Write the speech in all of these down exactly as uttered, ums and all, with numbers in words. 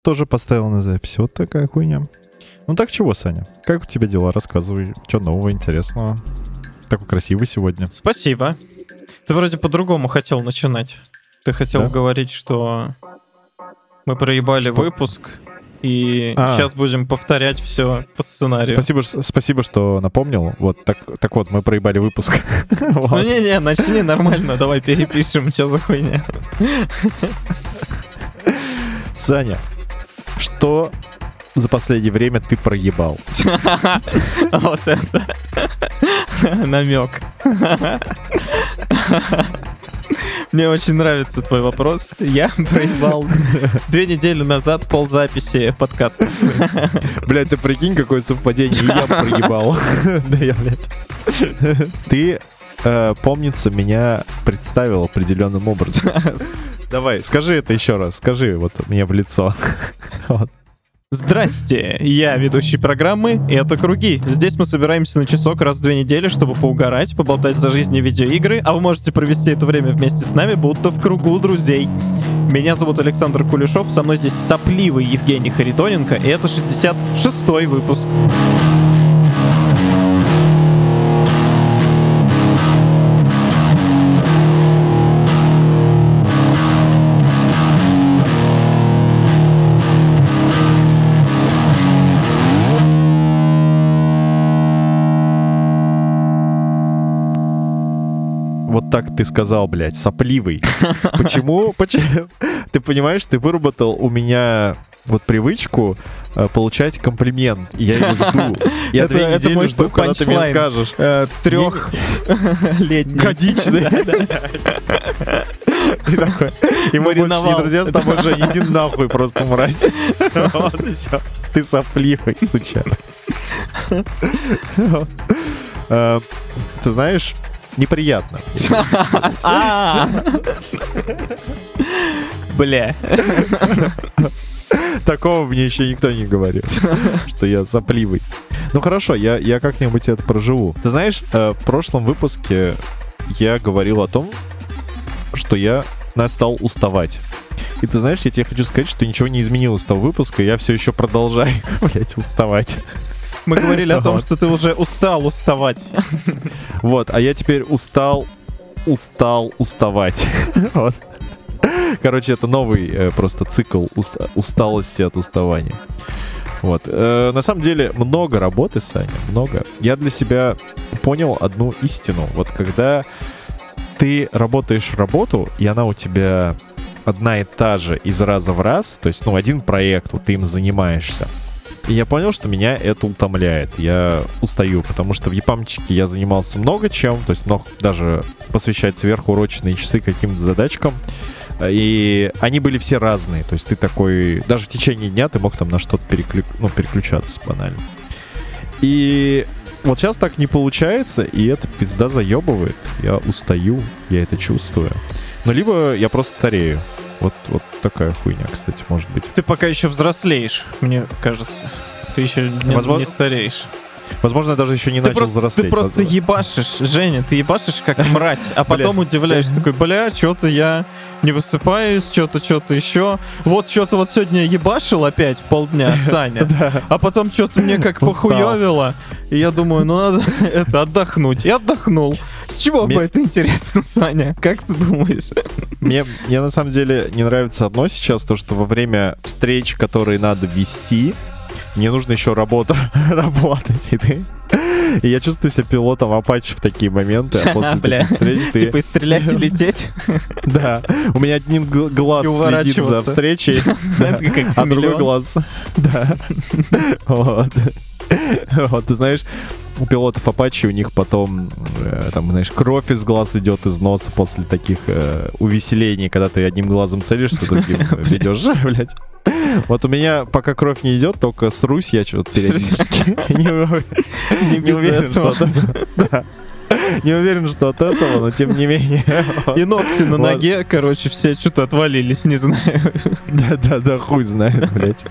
тоже поставил на запись. Вот такая хуйня. Ну так чего, Саня? Как у тебя дела? Рассказывай. Что нового, интересного? Такой красивый сегодня. Спасибо. Ты вроде по-другому хотел начинать. Ты хотел да? говорить, что мы проебали что? выпуск, и а. сейчас будем повторять все по сценарию. Спасибо, спасибо, что напомнил. Вот так, так вот, мы проебали выпуск. Ну не-не, начни нормально, давай перепишем, что за хуйня. Саня, что за последнее время ты проебал? Вот это намек. Мне очень нравится твой вопрос. Я проебал две недели назад ползаписи подкаста. Блядь, ты прикинь, какое совпадение. Я проебал. Да я, блядь. Ты, помнится, меня представил определенным образом. Давай, скажи это еще раз. Скажи вот мне в лицо. Вот. Здрасте, я ведущий программы «Это Круги». Здесь мы собираемся на часок раз в две недели, чтобы поугарать, поболтать за жизнь и видеоигры, а вы можете провести это время вместе с нами, будто в кругу друзей. Меня зовут Александр Кулешов, со мной здесь сопливый Евгений Харитоненко, и это шестьдесят шестой выпуск. Вот так ты сказал, блядь, сопливый. Почему? Почему? Ты понимаешь, ты выработал у меня вот привычку э, получать комплимент. И я его жду. Я это, две это недели жду, когда ты мне скажешь. Э, Трехлетний. Годичный. И такой, и мы больше не друзья с тобой, Жень, иди нахуй просто, мразь. Вот и все. Ты сопливый, сучара. Ты знаешь, неприятно. Бля. Такого мне еще никто не говорил, что я сопливый. Ну хорошо, я, я как-нибудь это проживу. Ты знаешь, в прошлом выпуске я говорил о том, что я стал уставать. И ты знаешь, я тебе хочу сказать, что ничего не изменилось с того выпуска, и я все еще продолжаю, блять, уставать. Мы говорили о том, вот. что ты уже устал уставать. Вот, а я теперь устал, устал уставать. Вот. Короче, это новый э, просто цикл уста- усталости от уставания. Вот. Э, на самом деле, много работы, Саня, много. Я для себя понял одну истину. Вот когда ты работаешь работу, и она у тебя одна и та же из раза в раз, то есть, ну, один проект, вот ты им занимаешься, и я понял, что меня это утомляет. Я устаю, потому что в ЕПАМчике я занимался много чем, то есть мог даже посвящать сверхурочные часы каким-то задачкам. И они были все разные. То есть ты такой... Даже в течение дня ты мог там на что-то переклю... ну, переключаться банально. И вот сейчас так не получается, и это пизда заебывает. Я устаю, я это чувствую. Но либо я просто старею. Вот, вот такая хуйня, кстати, может быть. Ты пока еще взрослеешь, мне кажется. Ты еще не, Возможно... не стареешь. Возможно, я даже еще не ты начал просто, взрослеть. Ты просто возможно. ебашишь, Женя, ты ебашишь как мразь, а потом удивляешься, такой, бля, что-то я не высыпаюсь, что-то, что-то еще. Вот что-то вот сегодня ебашил опять полдня, Саня, а потом что-то мне как похуевило, и я думаю, ну надо это отдохнуть. И отдохнул. С чего бы это интересно, Саня? Как ты думаешь? Мне, мне на самом деле не нравится одно сейчас, то, что во время встреч, которые надо вести, мне нужно еще работа, работать, и ты... И я чувствую себя пилотом Apache в такие моменты, а после таких встреч ты... Типа и стрелять и лететь? Да. У меня один глаз следит за встречей, а другой глаз... Да. Вот. Вот, ты знаешь, у пилотов Apache у них потом, там, знаешь, кровь из глаз идет, из носа после таких увеселений, когда ты одним глазом целишься, другим ведешь, блядь. Вот у меня пока кровь не идет, только срусь я что-то периодически. Не уверен, что от этого. Не уверен, что от этого, но тем не менее. И ногти на ноге, короче, все что-то отвалились, не знаю. Да-да-да, хуй знает, блядь.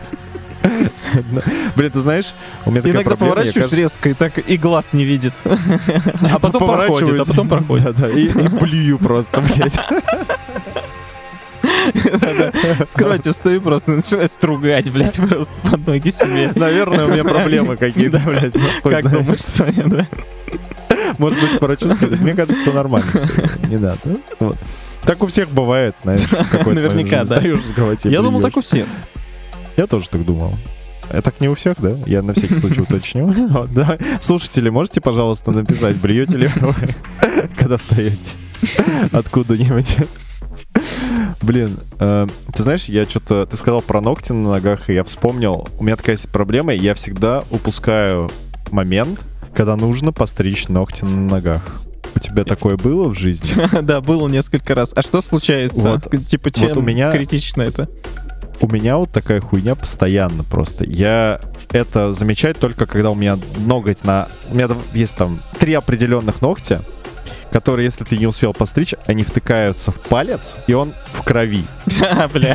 Блин, ты знаешь, у меня такая иногда проблема, поворачиваюсь кажется... резко, и так и глаз не видит. А потом проходит, а потом проходит. Да-да, и, и плюю просто, блядь. Скройте, устаю, просто начинаю стругать, блядь, просто под ноги себе. Наверное, у меня проблемы какие-то, блядь. Как думаешь, Соня, да? Может быть, к врачу сказать. Мне кажется, это нормально. Не надо. Вот. Так у всех бывает, знаешь. Наверняка, да. Я думал, так у всех. Я тоже так думал. А так не у всех, да? Я на всякий случай уточню. Вот, да. Слушатели, можете, пожалуйста, написать, бреете ли вы, когда встаете откуда-нибудь? Блин, э, ты знаешь, я что-то... Ты сказал про ногти на ногах, и я вспомнил. У меня такая проблема, я всегда упускаю момент, когда нужно постричь ногти на ногах. У тебя такое было в жизни? Да, было несколько раз. А что случается? Вот, типа, чем вот у меня... критично это? У меня вот такая хуйня постоянно просто. Я это замечаю только когда у меня ноготь на... У меня есть там три определенных ногтя, которые, если ты не успел постричь, они втыкаются в палец, и он в крови. Бля.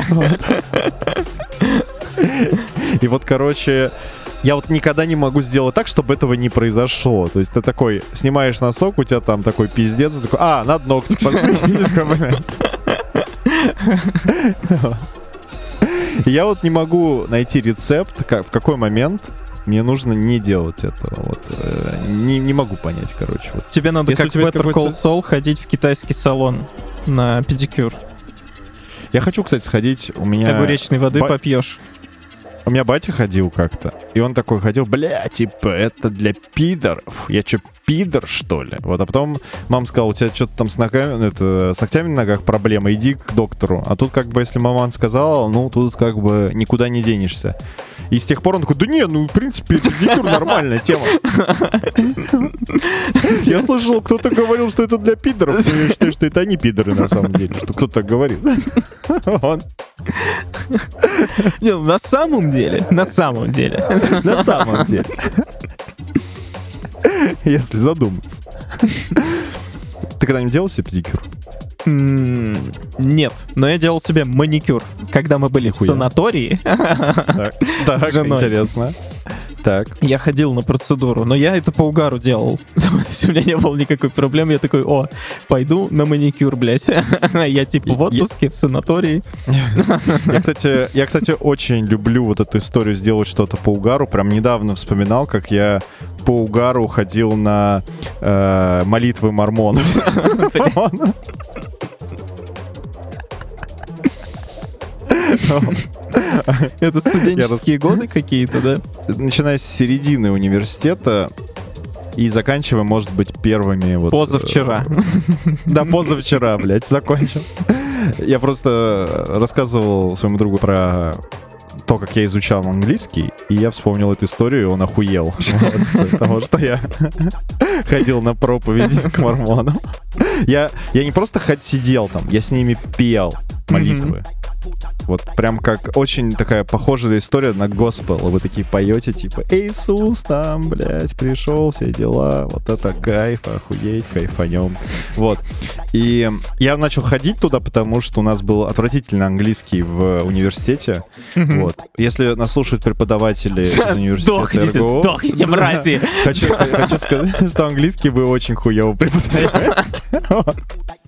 И вот, короче, я вот никогда не могу сделать так, чтобы этого не произошло. То есть ты такой снимаешь носок, у тебя там такой пиздец, и такой, а, надо ногти постричь. Я вот не могу найти рецепт, как, в какой момент мне нужно не делать этого. Вот, э, не, не могу понять, короче. Вот. Тебе надо, Если как Better Call Saul, ходить в китайский салон на педикюр. Я хочу, кстати, сходить. У меня... Огуречной воды ба... попьешь. У меня батя ходил как-то, и он такой ходил, бля, типа, это для пидоров. Я чё, пидор, что ли? Вот, а потом мама сказала, у тебя что-то там с ногами, это, с ногтями на ногах проблема, иди к доктору. А тут как бы, если маман сказала, ну, тут как бы никуда не денешься. И с тех пор он такой, да не, ну, в принципе, педикюр нормальная тема. Я слышал, кто-то говорил, что это для пидоров, но я считаю, что это они пидоры на самом деле, что кто-то так говорит. Не, ну, на самом деле, на самом деле. На самом деле. Если задуматься. Ты когда-нибудь делал себе педикюр? Нет, но я делал себе маникюр, когда мы были в санатории. Так, интересно. Так. Я ходил на процедуру, но я это по угару делал. То есть у меня не было никакой проблемы. Я такой, о, пойду на маникюр, блядь. Я типа в отпуске, в санатории. Я, кстати, я, кстати, очень люблю вот эту историю сделать что-то по угару. Прям недавно вспоминал, как я по угару ходил на э, молитвы мормонов. Это студенческие годы какие-то, да? Начиная с середины университета и заканчивая, может быть, первыми вот... Позавчера. Да, позавчера, блядь, закончил. Я просто рассказывал своему другу про то, как я изучал английский, и я вспомнил эту историю, и он охуел. Потому что я ходил на проповеди к мормонам. Я не просто сидел там, я с ними пел молитвы. Вот прям как очень такая похожая история на госпел. Вы такие поете, типа, Иисус там, блядь, пришел, все дела. Вот это кайф, охуеть, кайфанем. Вот. И я начал ходить туда, потому что у нас был отвратительный английский в университете. Вот. Если нас слушают преподаватели из университета Сдохните, эр гэ о... сдохните, мрази! Хочу, хочу сказать, что английский вы очень хуёво преподаете.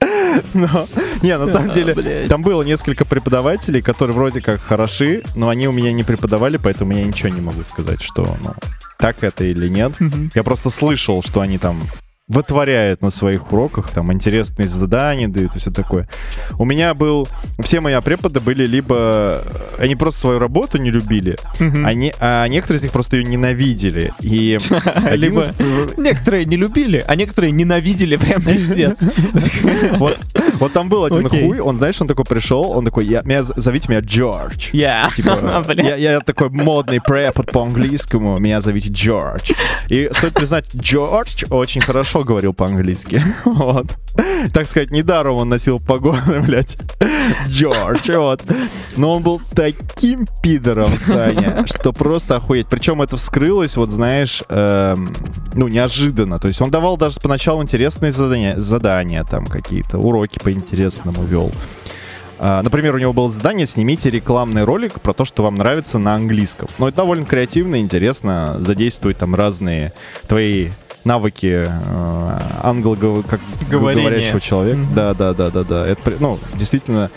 Но, не, на самом деле, там было несколько преподавателей, которые вроде как хороши, но они у меня не преподавали, поэтому я ничего не могу сказать, что, ну, так это или нет. Я просто слышал, что они там вытворяют на своих уроках, там, интересные задания дают и все такое. У меня был... Все мои преподы были либо... Они просто свою работу не любили, mm-hmm. они, а некоторые из них просто ее ненавидели. И либо из... Некоторые не любили, а некоторые ненавидели прям пиздец. Вот, вот там был один okay. хуй, он, знаешь, он такой пришел, он такой, я, меня, зовите меня Джордж. Yeah. Типа, я, я такой модный препод по-английскому, меня зовите Джордж. И стоит признать, Джордж очень хорошо говорил по-английски. Вот. Так сказать, недаром он носил погоны, блядь. Джордж, вот. Но он был таким пидором, Саня, что просто охуеть. Причем это вскрылось, вот знаешь, эм, ну, неожиданно. То есть он давал даже поначалу интересные задания, задания там какие-то, уроки по-интересному вел. Uh, например, у него было задание: снимите рекламный ролик про то, что вам нравится на английском. Ну, это довольно креативно, интересно, задействует там разные твои навыки э, англоговорящего человека. Mm-hmm. Да, да, да, да, да. Это, ну, действительно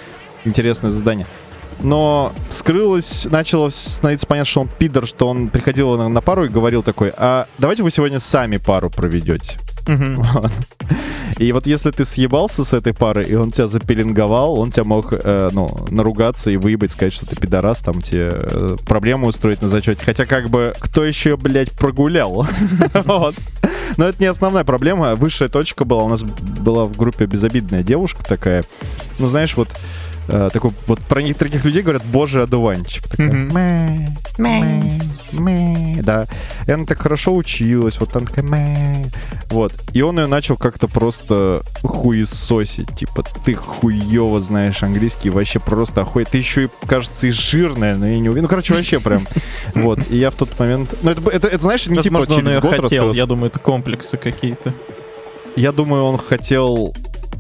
интересное задание. Но скрылось, начало становиться понятно, что он пидор, что он приходил на, на пару и говорил такой: а давайте вы сегодня сами пару проведете. Мгм. Вот. И вот если ты съебался с этой пары, и он тебя запеленговал, он тебя мог э, ну, наругаться и выебать, сказать, что ты пидорас, там тебе э, проблему устроить на зачете. Хотя как бы кто еще, блядь, прогулял? Вот. Но это не основная проблема. Высшая точка была. У нас была в группе безобидная девушка такая. Ну, знаешь, вот э, такой вот про них таких людей говорят: божий одуванчик. Такая. Мгм. Мэ, мэ, мэ. Да. И она так хорошо училась. Вот она такая мэ. Вот. И он ее начал как-то просто хуесосить. Типа, ты хуёво знаешь английский, вообще просто охуеть. Ты еще и, кажется, и жирная, но я не уверен. Ну, короче, вообще прям. Вот. И я в тот момент... Ну, это, это, это знаешь, не Возможно, типа он через ее год хотел. раскрылся. Я думаю, это комплексы какие-то. Я думаю, он хотел...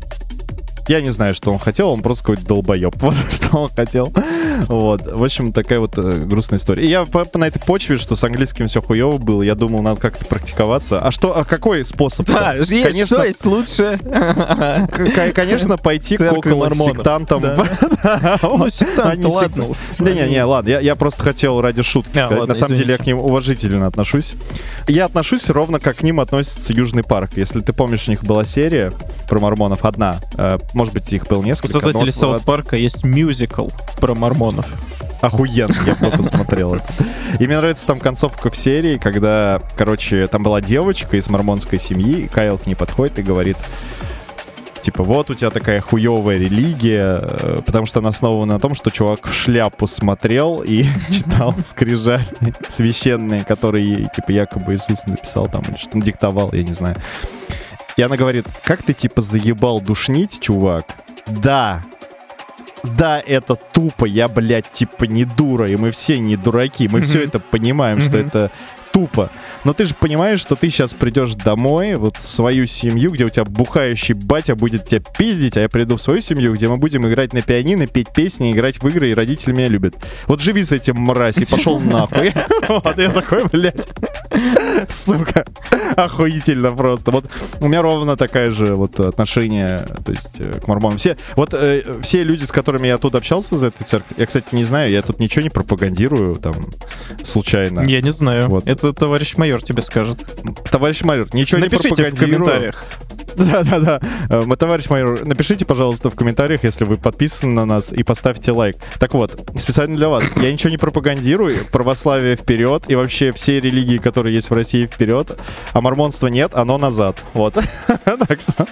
Я не знаю, что он хотел, он просто какой-то долбоеб. Вот что он хотел. Вот. В общем, такая вот э, грустная история. И я по, по- на этой почве, что с английским все хуево было, я думал, надо как-то практиковаться. А что, а какой способ? Да, есть, конечно, что есть лучше? к- к- конечно, пойти к Церковь около мормонов. сектантам. Да. Да, Ну, вот. сектант, Они ладно сект- уж. Да не, не, ладно, я, я просто хотел ради шутки А, сказать. ладно, На самом извините. деле я к ним уважительно отношусь. Я отношусь ровно как к ним относится Южный парк. Если ты помнишь, у них была серия про мормонов, одна. Э, Может быть, их было У несколько. создателей но вот- Саус Парка есть мюзикл про мормонов. Охуенно, я бы посмотрел это. И мне нравится там концовка в серии, когда, короче, там была девочка из мормонской семьи, и Кайл к ней подходит и говорит, типа, вот у тебя такая хуевая религия, э, потому что она основана на том, что чувак в шляпу смотрел и читал скрижали священные, которые, типа, якобы Иисус написал там, или что-то диктовал, я не знаю. И она говорит: как ты, типа, заебал душнить, чувак? Да, да, это тупо, я, блядь, типа, не дура, и мы все не дураки, мы все это понимаем, что Мгм. это тупо. Но ты же понимаешь, что ты сейчас придешь домой, вот в свою семью, где у тебя бухающий батя будет тебя пиздить, а я приду в свою семью, где мы будем играть на пианино, петь песни, играть в игры, и родители меня любят. Вот живи с этим, мразь, и пошел нахуй. Вот я такой, блядь, сука, охуительно просто. Вот у меня ровно такая же вот отношение, то есть э, к мормонам. Все, вот э, все люди, с которыми я тут общался за этой церковью, я, кстати, не знаю, я тут ничего не пропагандирую, там, случайно. Я не знаю. Вот. Это товарищ майор тебе скажет. Товарищ майор, ничего Напишите не в пропагандирую. комментариях. Да-да-да. Э, мы, товарищ майор, напишите, пожалуйста, в комментариях, если вы подписаны на нас, и поставьте лайк. Так вот, специально для вас. Я ничего не пропагандирую. Православие вперед. И вообще все религии, которые есть в России, вперед. А мормонства нет, оно назад. Вот. Так что...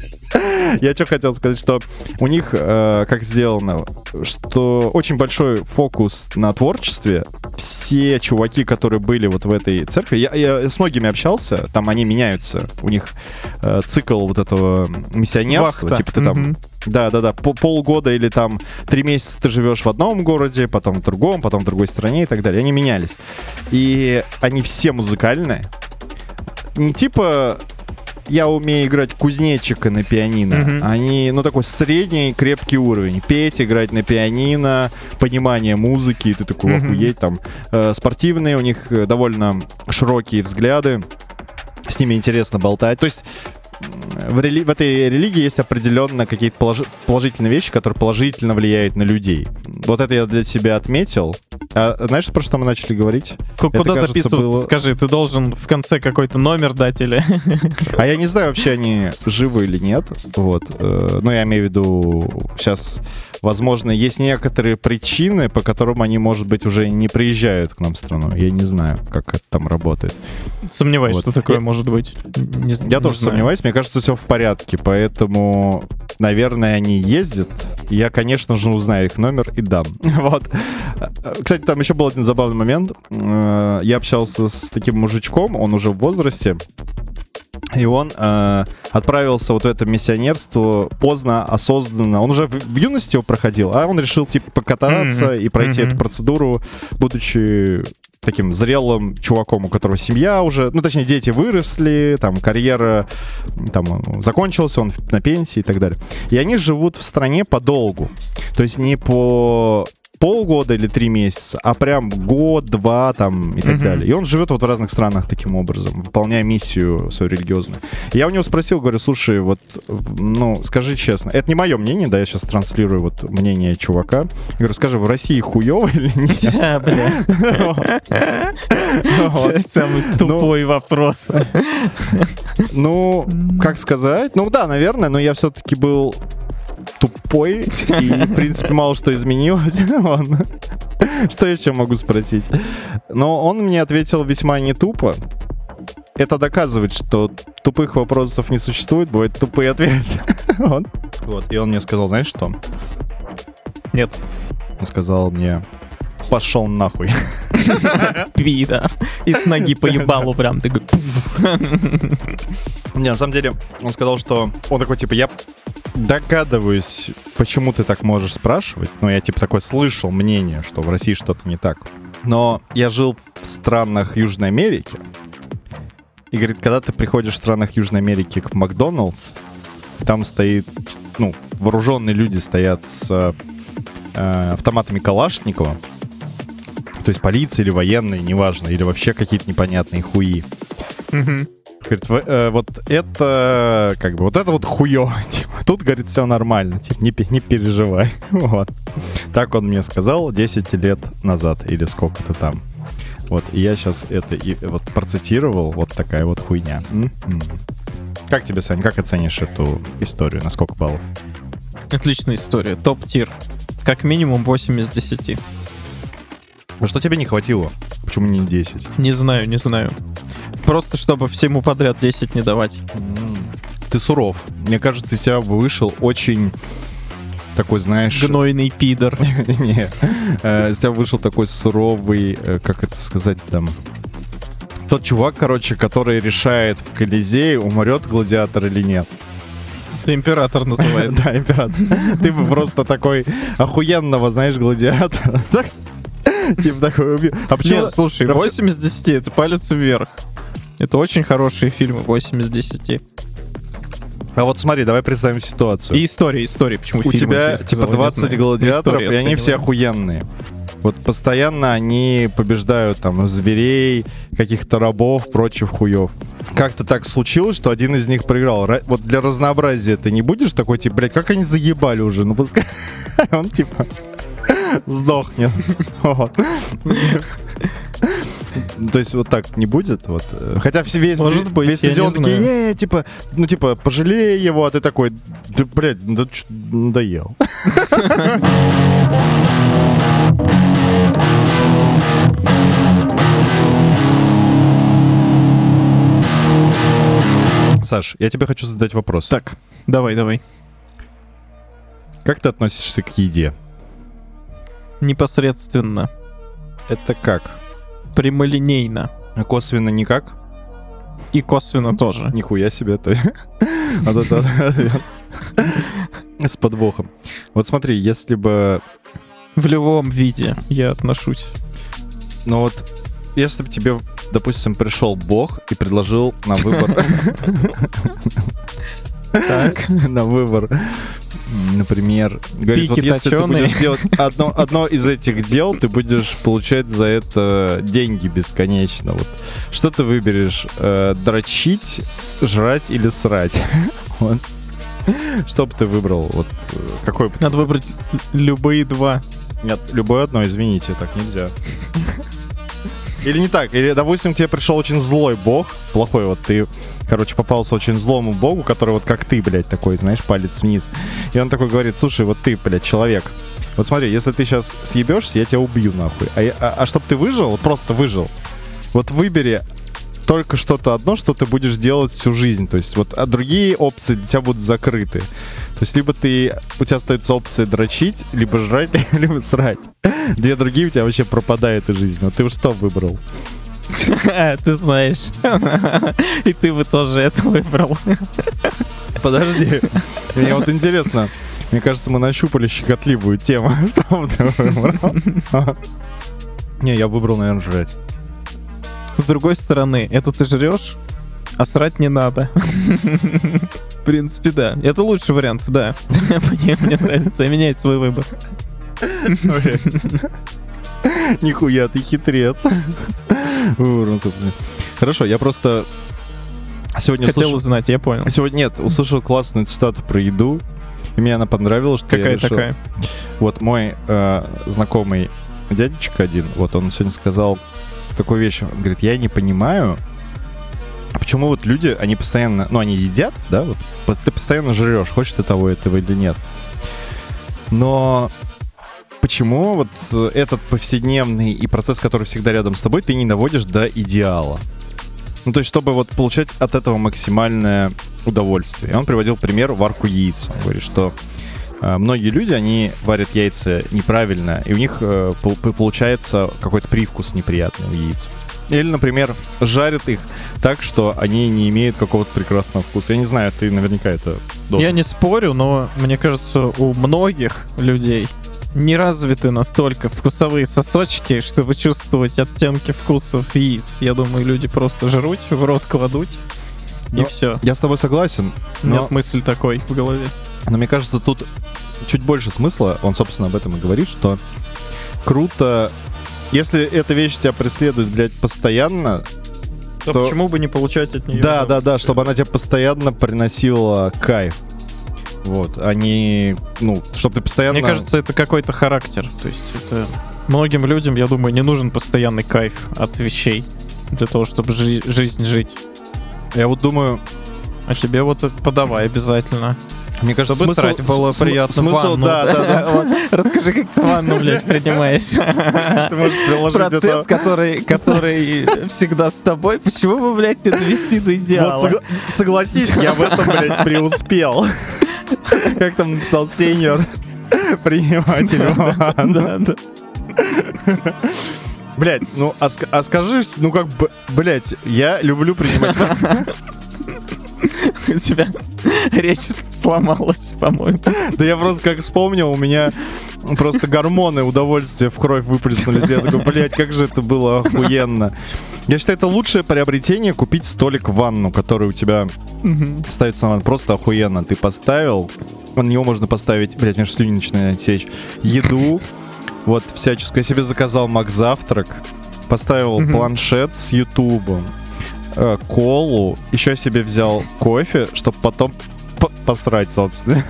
Я что хотел сказать, что у них, э, как сделано, что очень большой фокус на творчестве. Все чуваки, которые были вот в этой церкви, я, я с многими общался, там они меняются. У них э, цикл вот этого миссионерства. Вахта. Типа ты там... Мгм. Да-да-да, по- полгода или там три месяца ты живешь в одном городе, потом в другом, потом в другой стране и так далее. Они менялись. И они все музыкальные. Не типа... Я умею играть кузнечика на пианино. Мгм. Они, ну, такой средний крепкий уровень. Петь, играть на пианино, понимание музыки, и ты такой, Мгм. охуеть, там. Э, спортивные, у них э, довольно широкие взгляды. С ними интересно болтать. То есть м, в, рели- в этой религии есть определенно какие-то положи- положительные вещи, которые положительно влияют на людей. Вот это я для себя отметил. А знаешь, про что мы начали говорить? К- Это, Куда кажется, записываться, было- скажи, ты должен в конце какой-то номер дать или... А я не знаю, вообще они живы или нет. Вот. э, Ну, я имею в виду, сейчас, возможно, есть некоторые причины, по которым они, может быть, уже не приезжают к нам в страну. Я не знаю, как это там работает. Сомневаюсь, Вот. что такое Я- может быть. Не з- Я не тоже знаю. сомневаюсь, мне кажется, все в порядке, поэтому, наверное, они ездят. Я, конечно же, узнаю их номер и дам. Вот. Кстати, там еще был один забавный момент. Э, Я общался с таким мужичком, он уже в возрасте, и он э, отправился вот в это миссионерство поздно, осознанно. Он уже в, в юности его проходил, а он решил, типа, покататься Мгм. и пройти Мгм. эту процедуру, будучи таким зрелым чуваком, у которого семья уже, ну, точнее, дети выросли, там, карьера там закончилась, он в- на пенсии и так далее. И они живут в стране подолгу. То есть не по полгода или три месяца, а прям год, два там и так Мгм. далее. И он живет вот в разных странах таким образом, выполняя миссию свою религиозную. И я у него спросил, говорю, слушай, вот, в- ну, скажи честно, это не мое мнение, да, я сейчас транслирую вот мнение чувака. Я говорю, скажи, в России хуёво или нет? А, бля. Вот. Самый тупой вопрос. Ну, как сказать? Ну да, наверное, но я все-таки был тупой, и, в принципе, мало что изменилось. Ладно. Что я еще могу спросить? Но он мне ответил весьма не тупо. Это доказывает, что тупых вопросов не существует, бывают тупые ответы. Вот. Вот. И он мне сказал, знаешь что? Нет. Он сказал мне, пошел нахуй. Пидор. И с ноги по ебалу прям. Ты говоришь, Не, на самом деле, он сказал, что он такой, типа, я догадываюсь, почему ты так можешь спрашивать. Но я, типа, такой слышал мнение, что в России что-то не так. Но я жил в странах Южной Америки. И, говорит, когда ты приходишь в странах Южной Америки к Макдоналдс, там стоит, ну, вооруженные люди стоят с э, автоматами Калашникова. То есть полиция или военные, неважно, или вообще какие-то непонятные хуи. «Мгм». Говорит, «Вы, э, вот это, как бы, вот это вот хуёво, типа. Тут, говорит, все нормально, типа, не, пе- не переживай. Вот. Так он мне сказал десять лет назад, или сколько-то там. Вот, и я сейчас это и вот процитировал, вот такая вот хуйня. М-м. Как тебе, Сань, как оценишь эту историю? На сколько баллов? Отличная история. Топ-тир. Как минимум восемь из десяти. Ну что тебе не хватило? Почему не десять? Не знаю, не знаю. Просто чтобы всему подряд десять не давать. Ты суров. Мне кажется, из тебя вышел очень такой, знаешь... Гнойный пидор. Не. Э, Из тебя вышел такой суровый, э, как это сказать там... Тот чувак, короче, который решает в Колизее, умрет гладиатор или нет. Это император называется. Да, император. Ты бы просто такой охуенного, знаешь, гладиатора. Так? Типа такой убил. А почему... Нет, слушай, Да, восемь из десяти это палец вверх. Это очень хорошие фильмы, восемь из десяти. А вот смотри, давай представим ситуацию. И история, история, почему У фильмы, тебя я типа сказал, не двадцать знаю. гладиаторов, История и они все оцениваю. охуенные. Вот постоянно они побеждают там зверей, каких-то рабов, прочих хуев. Как-то так случилось, что один из них проиграл. Ра- Вот для разнообразия ты не будешь такой, типа, блядь, как они заебали уже, ну пускай он типа сдохнет. Вот. То есть вот так не будет, вот. Хотя все- весь, Может быть, весь я не стадион такие, знаю. «Е, типа, ну типа, пожалей его, а ты такой, да, блядь, да, чё- надоел. Саш, я тебе хочу задать вопрос. Так, давай, давай. Как ты относишься к еде? Непосредственно, Это как? прямолинейно А косвенно никак? и косвенно тоже. Нихуя себе ты. Вот это ответ. С подвохом. Вот смотри, если бы... В любом виде я отношусь. Ну вот, если бы тебе, допустим, пришел Бог и предложил на выбор... Так. На выбор, например, говорит, вот Пики если ты точёные. будешь делать одно, одно из этих дел, ты будешь получать за это деньги бесконечно. Вот. Что ты выберешь? Э, дрочить, жрать или срать? Вот. Что бы ты выбрал? Вот э, какой бы... Надо выбрать любые два. Нет, любое одно, извините, так нельзя. Или не так, или, допустим, тебе пришел очень злой бог, плохой вот, ты, короче, попался очень злому богу, который вот как ты, блядь, такой, знаешь, палец вниз. И он такой говорит, слушай, вот ты, блядь, человек, вот смотри, если ты сейчас съебешься, я тебя убью, нахуй. А, я- а, а чтоб ты выжил, вот просто выжил, вот выбери только что-то одно, что ты будешь делать всю жизнь. То есть вот, а другие опции для тебя будут закрыты. То есть либо ты, у тебя остается опция дрочить, либо жрать, либо срать. Две другие у тебя вообще пропадают из жизни. Вот ты что выбрал? Ты знаешь. И ты бы тоже это выбрал. Подожди. Мне вот интересно. Мне кажется, мы нащупали щекотливую тему. Что бы ты выбрал? Не, я выбрал, наверное, жрать. С другой стороны, это ты жрешь, а срать не надо. В принципе, да. Это лучший вариант, да. Мне мне нравится, я меняю свой выбор. Нихуя, ты хитрец. Хорошо, я просто сегодня Хотел услышал... узнать, я понял. Сегодня нет, услышал классную цитату про еду, и мне она понравилась, что Какая я решил... такая? Вот мой э, знакомый дядечка один, вот он сегодня сказал такую вещь, он говорит, я не понимаю, почему вот люди, они постоянно, ну, они едят, да, вот, ты постоянно жрешь, хочешь ты того, этого или нет. Но почему вот этот повседневный и процесс, который всегда рядом с тобой, ты не доводишь до идеала? Ну, то есть, чтобы вот получать от этого максимальное удовольствие. И он приводил пример варку яиц. Он говорит, что э, многие люди, они варят яйца неправильно, и у них э, по- получается какой-то привкус неприятный у яиц. Или, например, жарят их так, что они не имеют какого-то прекрасного вкуса. Я не знаю, ты наверняка это должен. Я не спорю, но мне кажется, у многих людей не развиты настолько вкусовые сосочки, чтобы чувствовать оттенки вкусов яиц. Я думаю, люди просто жрут, в рот кладут, Но и все. Я с тобой согласен, но, Нет мысли такой в голове. но мне кажется, тут чуть больше смысла. Он, собственно, об этом и говорит, что круто, если эта вещь тебя преследует, блядь, постоянно. То, то... почему бы не получать от нее? Да, да, да, чтобы она тебе постоянно приносила кайф. Вот, они, ну, чтобы ты постоянно... Мне кажется, это какой-то характер. То есть это многим людям, я думаю, не нужен постоянный кайф от вещей для того, чтобы жи- жизнь жить. Я вот думаю... А тебе вот это подавай обязательно. Мне кажется, Чтобы смысл... срать было см- приятно Смысл, ванну. да, да, да. Вот. Расскажи, как ты ванну, блядь, принимаешь. Ты можешь приложить Процесс, это... который, который всегда с тобой. Почему бы, блядь, не довести до идеала? Вот согла- согласись, я в этом, блядь, преуспел. Как там написал сеньор приниматель ванну. Да, да. Блядь, ну а, ск- а скажи, ну как бы, блядь, я люблю принимать ванну. У тебя речь сломалась, по-моему. Да я просто как вспомнил, у меня просто гормоны удовольствия в кровь выплеснулись. Я такой, блядь, как же это было охуенно. Я считаю, это лучшее приобретение — купить столик в ванну, который у тебя ставится на ванну. Просто охуенно. Ты поставил, на него можно поставить, блядь, между слюни начинает течь, еду, вот всяческую. Я себе заказал Макзавтрак, поставил Мгм. планшет с Ютубом, э, колу, еще себе взял кофе, чтобы потом п- посрать, собственно.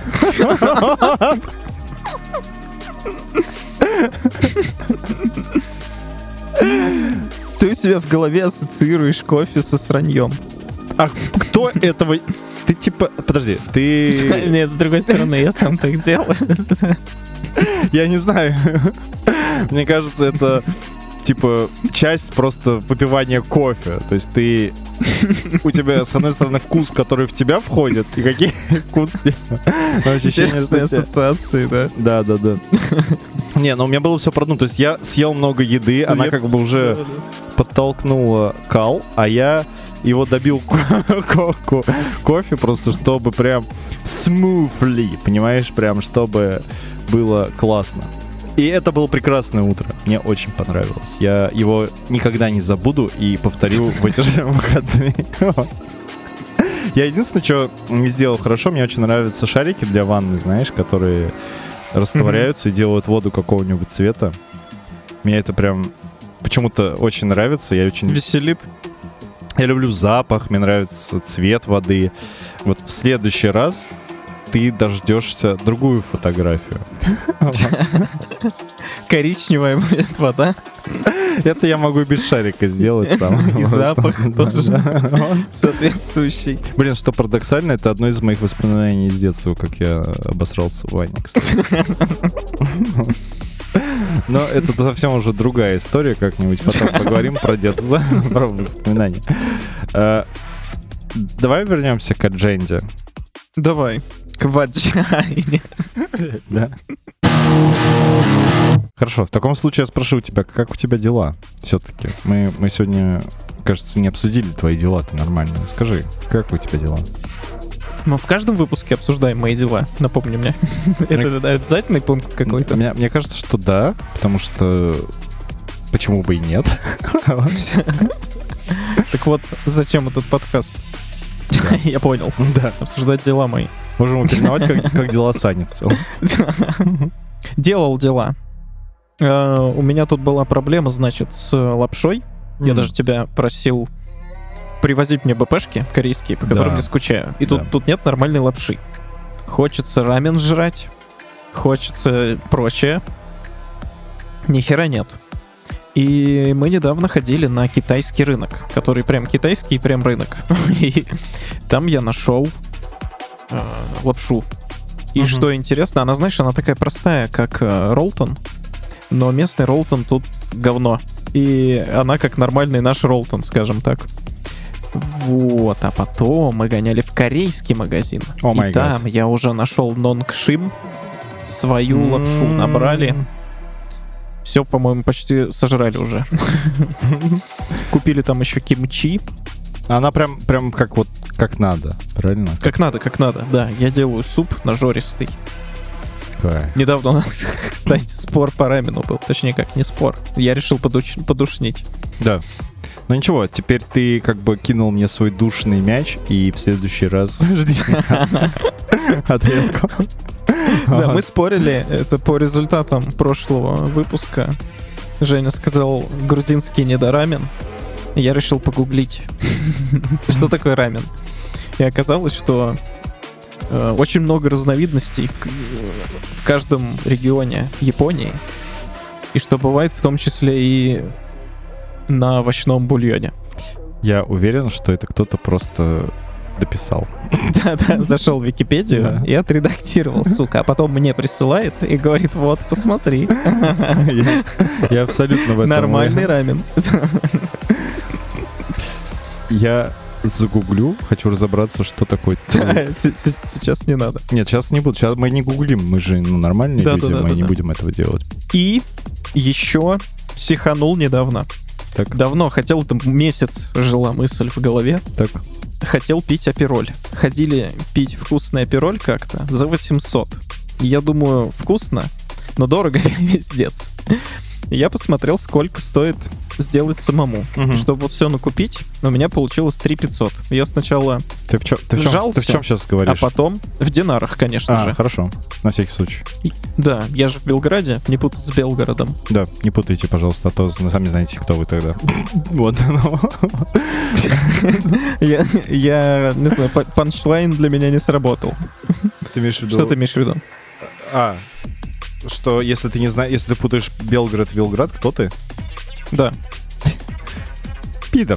Ты у себя в голове ассоциируешь кофе со сраньем. А кто этого... Ты типа... Подожди, ты... Нет, с другой стороны, я сам так делаю. Я не знаю. Мне кажется, это типа часть просто выпивания кофе. То есть ты... У тебя, с одной стороны, вкус, который в тебя входит, и какие вкусы типа... Ощущение, что Интересные тебя- ассоциации, да. Да, да, да. Не, ну у меня было все продумано. То есть я съел много еды, она Я- как бы уже подтолкнула кал, а я его добил ко- ко- ко- кофе просто, чтобы прям smoothly, понимаешь, прям чтобы было классно. И это было прекрасное утро. Мне очень понравилось. Я его никогда не забуду и повторю в эти же выходные. Вот. Я единственное, что не сделал хорошо, мне очень нравятся шарики для ванны, знаешь, которые растворяются и делают воду какого-нибудь цвета. Мне это прям почему-то очень нравится. Я очень... Веселит. Я люблю запах, мне нравится цвет воды. Вот в следующий раз ты дождешься другую фотографию. Коричневая будет вода. Это я могу без шарика сделать сам. И запах Да, тоже да. соответствующий. Блин, что парадоксально, это одно из моих воспоминаний из детства, как я обосрался в ванне, кстати. Но это совсем уже другая история, как-нибудь потом поговорим про детство, про воспоминания. А, Давай вернемся к Адженде. Давай. К ваджайне. Да. Хорошо, в таком случае я спрошу у тебя, как у тебя дела? Все-таки мы, мы сегодня, кажется, не обсудили твои дела, ты нормально. Скажи, как у тебя дела? Мы в каждом выпуске обсуждаем мои дела, напомни мне. Это да, обязательный пункт какой-то. Мне, мне кажется, что да, потому что почему бы и нет? Так вот, зачем этот подкаст? Я понял. Да. Обсуждать дела мои. Можем переименовать, как, как дела Сани в целом. Делал дела. Uh, у меня тут была проблема, значит, с лапшой. Mm. Я даже тебя просил привозить мне БПшки корейские, по которым да. я скучаю. И да. тут, тут нет нормальной лапши. Хочется рамен жрать, хочется прочее. Ни хера нет. И мы недавно ходили на китайский рынок, который прям китайский, прям рынок. И там я нашел э, лапшу. И угу. что интересно, она, знаешь, она такая простая, как э, роллтон, но местный роллтон тут говно. И она как нормальный наш роллтон, скажем так. Вот, а потом мы гоняли в корейский магазин. Oh и там God. я уже нашел нонгшим, свою mm-hmm. лапшу набрали. Все, по-моему, почти сожрали уже. Купили там еще кимчи. Она прям, прям как вот, как надо, правильно? Как надо, как надо, да. Я делаю суп нажористый. Ой. Недавно у нас, кстати, спор по рамену был. Точнее, как, не спор. Я решил подуч- подушнить. Да. Ну ничего, теперь ты как бы кинул мне свой душный мяч, и в следующий раз жди ответку. Да, мы спорили, это по результатам прошлого выпуска. Женя сказал грузинский недорамен. Я решил погуглить, что такое рамен. И оказалось, что э, очень много разновидностей в, в каждом регионе Японии. И что бывает в том числе и на овощном бульоне. Я уверен, что это кто-то просто дописал. Да-да, зашел в Википедию да. и отредактировал, сука. А потом мне присылает и говорит, вот, посмотри. Я, я абсолютно в этом... Нормальный рамен. Я загуглю, хочу разобраться, что такое... Сейчас не надо. Нет, сейчас не буду. Сейчас мы не гуглим, мы же ну, нормальные да, люди, да, да, мы да, не да. будем этого делать. И еще психанул недавно. Так. Давно хотел, там месяц жила мысль в голове. Так. Хотел пить апероль. Ходили пить вкусный апероль как-то за восемьсот. Я думаю, вкусно, но дорого пиздец. Я посмотрел, сколько стоит сделать самому. Угу. Чтобы вот все накупить, у меня получилось три тысячи пятьсот. Я сначала ты в чё, ты в чём, сжался, ты в чем сейчас говоришь? А потом в динарах, конечно а, же. Хорошо, на всякий случай. И, да, я же в Белграде, не путать с Белгородом. Да, не путайте, пожалуйста, а то сами знаете, кто вы тогда. Вот. Я, не знаю, панчлайн для меня не сработал. Ты имеешь в виду... Что ты имеешь в виду? А, что если ты не знаешь, если ты путаешь Белгород и Белград, кто ты? Да. Пидор.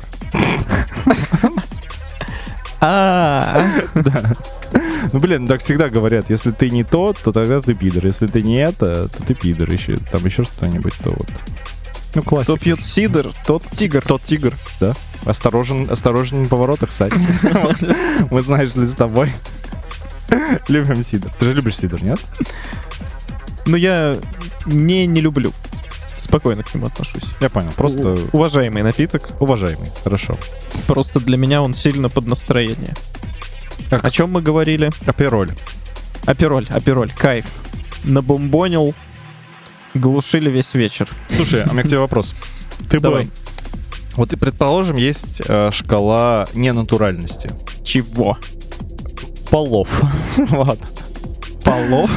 А, да. Ну, блин, так всегда говорят, если ты не тот, то тогда ты пидор. Если ты не это, то ты пидор еще. Там еще что-нибудь, то вот. Ну, классика. Кто пьет сидр, тот тигр. Тот тигр, да. Осторожен, осторожен на поворотах, Сань. Мы, знаешь ли, с тобой любим сидр. Ты же любишь сидр, нет? Ну, я не, не люблю. Спокойно к нему отношусь. Я понял, просто... У- уважаемый напиток. Уважаемый, хорошо. Просто для меня он сильно под настроение. А О чем мы говорили? Апероль. Апероль, апероль, кайф. Набомбонил, глушили весь вечер. Слушай, а у меня к тебе вопрос. Ты Давай. бы... Вот и, предположим, есть э, шкала ненатуральности. Чего? Полов. Вот. Полов?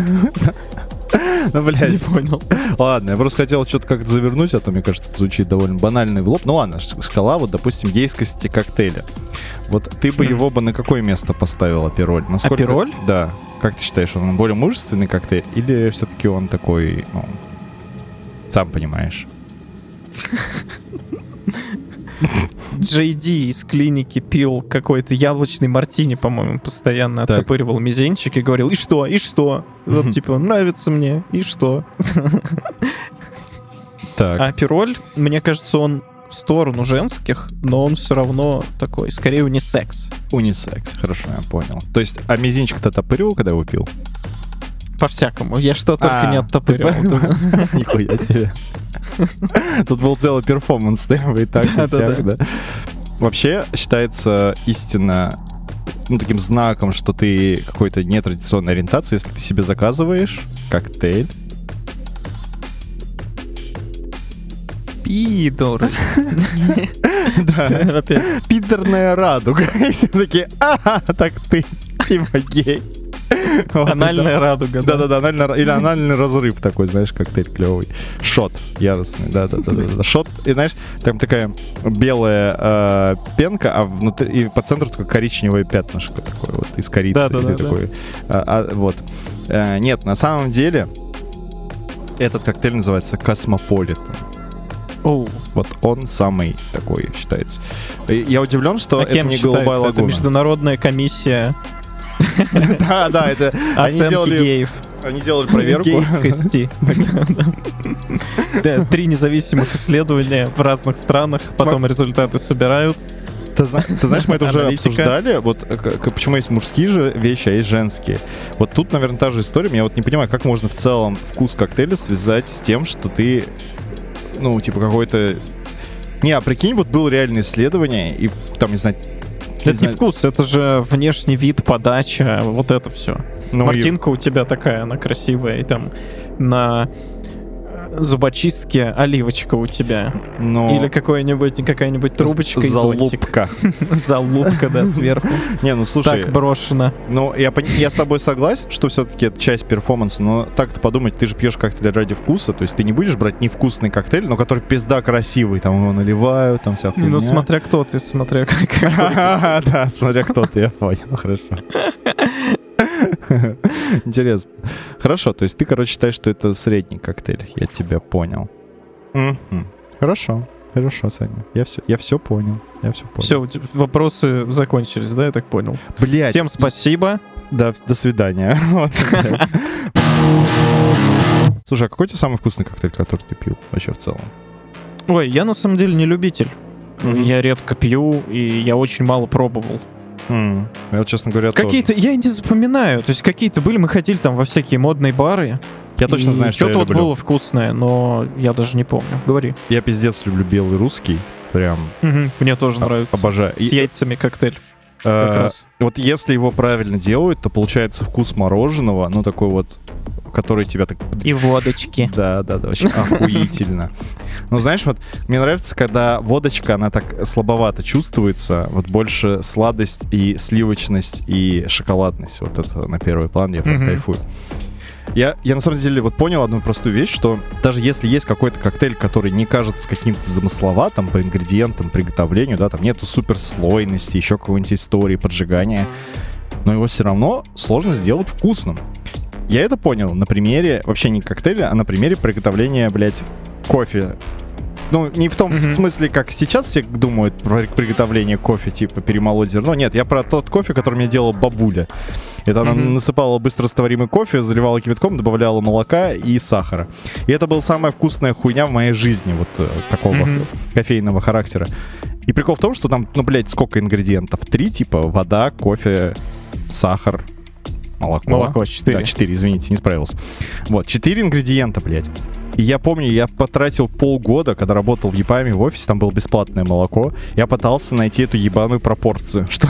Ну, блядь. Не понял. Ладно, я просто хотел что-то как-то завернуть, а то, мне кажется, это звучит довольно банально в лоб. Ну ладно, шкала, вот, допустим, гейскости коктейля. Вот ты бы его бы на какое место поставил, апероль? Насколько... Апероль? Да. Как ты считаешь, он более мужественный коктейль? Или все-таки он такой, ну, сам понимаешь? Джей Ди из клиники пил какой-то яблочный мартини, по-моему, постоянно так. оттопыривал мизинчик и говорил, и что, и что? Вот, типа, нравится мне, и что? Так. А апероль, мне кажется, он в сторону женских, но он все равно такой, скорее унисекс. Унисекс, хорошо, я понял. То есть, а мизинчик ты оттопыривал, когда его пил? По-всякому, я что только А, не оттопыривал. Нихуя себе. Тут был целый перформанс, да, и так, и сяк, да. Вообще, считается истинно, ну, таким знаком, что ты какой-то нетрадиционной ориентации, если ты себе заказываешь коктейль. Пидор. Да. Пидорная радуга. И все такие, ага, так ты, типа гей. Анальная радуга. Да-да-да, анальный, или анальный разрыв такой, знаешь, коктейль клевый. Шот яростный, да-да-да. Шот, и знаешь, там такая белая э, пенка, а внутри, и по центру такое коричневое пятнышко такое вот из корицы. Да-да-да. Такой, а, а, вот. Э, нет, на самом деле этот коктейль называется Космополитен. Oh. Вот он самый такой считается. Я удивлен, что а это не голубая лагуна. Это международная комиссия. Да, да, это они делали геев. Они делали проверку. Гейскости. Да, три независимых исследования в разных странах, потом результаты собирают. Ты, ты знаешь, мы это уже обсуждали, вот к, почему есть мужские же вещи, а есть женские. Вот тут, наверное, та же история. Я вот не понимаю, как можно в целом вкус коктейля связать с тем, что ты, ну, типа какой-то... Не, а прикинь, вот было реальное исследование, и там, не знаю... Это не, не вкус, это же внешний вид, подача, вот это все. Ну, Мартинка и... у тебя такая, она красивая, и там на зубочистке оливочка у тебя. Но... Или какой-нибудь, какая-нибудь трубочка и залупка. Залупка, да, сверху. Не, ну слушай... Так брошено. Ну, я, я с тобой согласен, что все-таки это часть перформанса, но так-то подумать, ты же пьешь коктейль ради вкуса, то есть ты не будешь брать невкусный коктейль, но который пизда красивый, там его наливают, там вся хуйня. Ну, смотря кто ты, смотря как... Да, смотря кто ты, я понял, хорошо. Интересно. Хорошо, то есть ты, короче, считаешь, что это средний коктейль. Я тебя понял. Mm-hmm. Хорошо, хорошо, Саня. Я все, я все понял. Я все понял. Все, вопросы закончились, да, я так понял? Блять. Всем спасибо. Да, до свидания. Слушай, а какой у тебя самый вкусный коктейль, который ты пил вообще в целом? Ой, я на самом деле не любитель. Mm-hmm. Я редко пью, и я очень мало пробовал. Mm. Я, честно говоря, какие-то тоже. Я не запоминаю. То есть какие-то были, мы ходили там во всякие модные бары. Я точно знаю, что я люблю. Что-то вот люблю. было вкусное, но я даже не помню. Говори. Я пиздец люблю белый русский. Прям. Угу, мне тоже об- нравится. Обожаю. С яйцами коктейль. А, как раз. Вот если его правильно делают, то получается вкус мороженого, ну такой вот, который тебя так... И водочки. Да, да, да, вообще охуительно. Ну, знаешь, вот мне нравится, когда водочка, она так слабовато чувствуется, вот больше сладость и сливочность и шоколадность. Вот это на первый план, я прям кайфую. Я, я на самом деле вот понял одну простую вещь, что даже если есть какой-то коктейль, который не кажется каким-то замысловатым по ингредиентам, приготовлению, да, там нету суперслойности, еще какой-нибудь истории, поджигания, но его все равно сложно сделать вкусным. Я это понял на примере, вообще не коктейля, а на примере приготовления, блядь, кофе. Ну, не в том mm-hmm. смысле, как сейчас все думают про приготовление кофе, типа перемолоть зерно. Нет, я про тот кофе, который мне делала бабуля. Это она mm-hmm. насыпала быстрорастворимый кофе, заливала кипятком, добавляла молока и сахара. И это была самая вкусная хуйня в моей жизни, вот э, такого mm-hmm. кофейного характера. И прикол в том, что там, ну, блядь, сколько ингредиентов? Три, типа, вода, кофе, сахар, молоко. Молоко, четыре. Да, четыре, извините, не справился. Вот, четыре ингредиента, блядь. И я помню, я потратил полгода, когда работал в Япаме в офисе, там было бесплатное молоко. Я пытался найти эту ебаную пропорцию. Что?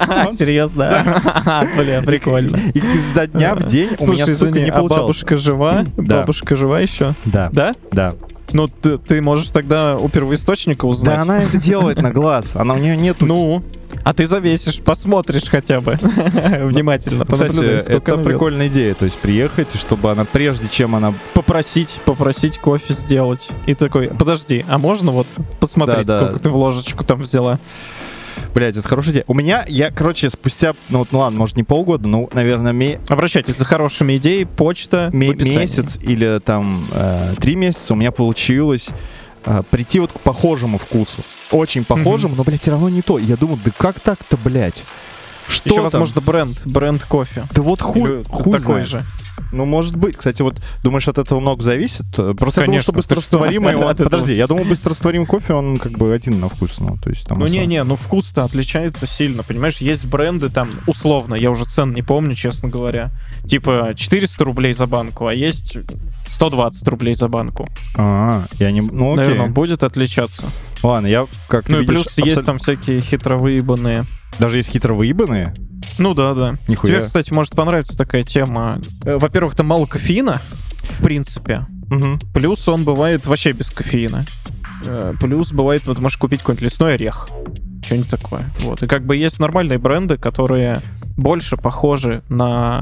Серьезно? Бля, прикольно. И изо дня в день у меня, сука, не получалось. бабушка жива? Бабушка жива еще? Да. Да? Да. Ну, ты, ты можешь тогда у первоисточника узнать. Да, она это делает на глаз. Она у нее нету... Ну, а ты завесишь, посмотришь хотя бы. Внимательно. Кстати, это прикольная идея. То есть приехать, чтобы она, прежде чем она... Попросить, попросить кофе сделать. И такой, подожди, а можно вот посмотреть, Да, да. сколько ты в ложечку там взяла? Блядь, это хорошая идея. У меня, я, короче, спустя, ну вот, ну ладно, может не полгода, ну, наверное, ме... Обращайтесь за хорошими идеями, почта ме- в описании. месяц или там э, три месяца у меня получилось э, прийти вот к похожему вкусу. Очень похожему, mm-hmm. но, блядь, все равно не то. И я думаю, да как так-то, блядь? Что Еще, там? возможно, бренд, бренд кофе. Да вот хуй, хуй такой знает. же. Ну, может быть. Кстати, вот думаешь, от этого много зависит? Просто Конечно, я думал, что быстрорастворимый... что? Он... Подожди, я думал, быстрорастворимый кофе, он как бы один на вкус. Ну, то есть, там ну особо... не-не, ну вкус-то отличается сильно, понимаешь? Есть бренды там, условно, я уже цен не помню, честно говоря. Типа четыреста рублей за банку, а есть сто двадцать рублей за банку. А, я не... Ну, окей. Наверное, будет отличаться. Ладно, я как ты Ну и видишь, плюс абсолютно... есть там всякие хитровыебанные. Даже есть хитро выебанные? Ну да, да. Нихуя. Тебе, кстати, может понравиться такая тема. Э, Во-первых, там мало кофеина, в принципе. Угу. Плюс он бывает вообще без кофеина. Э, Плюс бывает, вот можешь купить какой-нибудь лесной орех. Что-нибудь такое. Вот. И как бы есть нормальные бренды, которые больше похожи на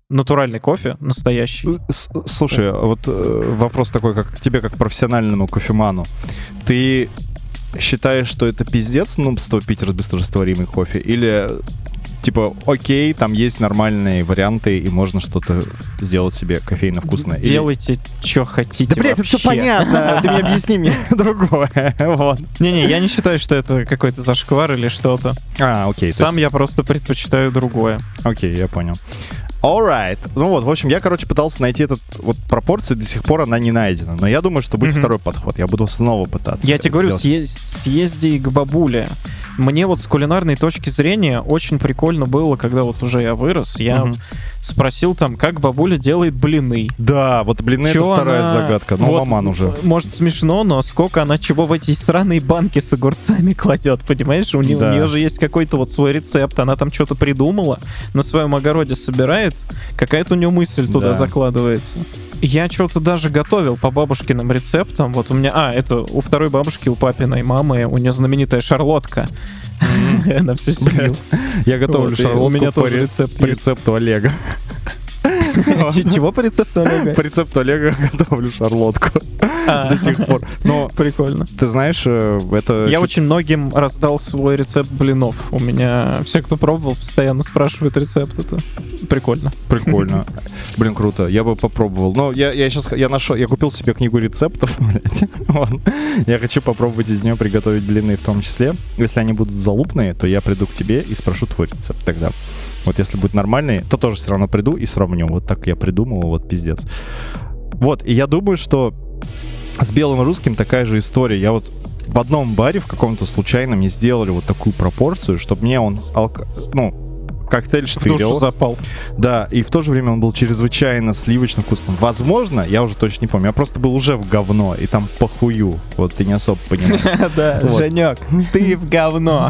натуральный кофе, настоящий. С- Слушай, вот э, вопрос такой, как к тебе, как профессиональному кофеману. Ты считаешь, что это пиздец, нубство пить быстрорастворимый кофе? Или, типа, окей, там есть нормальные варианты, и можно что-то сделать себе кофейно-вкусное? Делайте, Или... что хотите. Да, блядь, это все понятно. Ты мне объясни мне другое. Вот. Не-не, я не считаю, что это какой-то зашквар или что-то. А, окей. Сам я просто предпочитаю другое. Окей, я понял. Alright. Ну вот, в общем, я, короче, пытался найти эту вот пропорцию, до сих пор она не найдена. Но я думаю, что будет mm-hmm. второй подход. Я буду снова пытаться. Я тебе говорю, съез- съезди к бабуле. Мне вот с кулинарной точки зрения очень прикольно было, когда вот уже я вырос, я mm-hmm. спросил там, как бабуля делает блины. Да, вот блины — это вторая она... загадка. Ну, вот, маман уже. Может, смешно, но сколько она чего в эти сраные банки с огурцами кладет, понимаешь? У, не, да. у нее же есть какой-то вот свой рецепт, она там что-то придумала, на своем огороде собирает, какая-то у нее мысль туда да. закладывается. Я что-то даже готовил по бабушкиным рецептам. Вот у меня... А, это у второй бабушки, у папиной мамы, у нее знаменитая шарлотка. На всю семью. Я готовлю шарлотку у меня тоже рецепт по рецепту Олега. Чего по рецепту Олега? По рецепту Олега готовлю шарлотку до сих пор. Но прикольно. Ты знаешь, это... Я очень многим раздал свой рецепт блинов. У меня все, кто пробовал, постоянно спрашивают рецепт. Это прикольно. Прикольно. Блин, круто. Я бы попробовал. Но я, я сейчас... Я нашел... Я купил себе книгу рецептов, блядь. Я хочу попробовать из нее приготовить блины в том числе. Если они будут залупные, то я приду к тебе и спрошу твой рецепт тогда. Вот если будет нормальный, то тоже все равно приду и сравню. Вот так я придумал, вот пиздец. Вот, и я думаю, что с белым русским такая же история. Я вот в одном баре в каком-то случайно мне сделали вот такую пропорцию, чтобы мне он, алко... ну, коктейль штырил. В душу запал. Да, и в то же время он был чрезвычайно сливочно вкусным. Возможно, я уже точно не помню, я просто был уже в говно, и там похую. Вот ты не особо понимаешь. Да, Женек, ты в говно.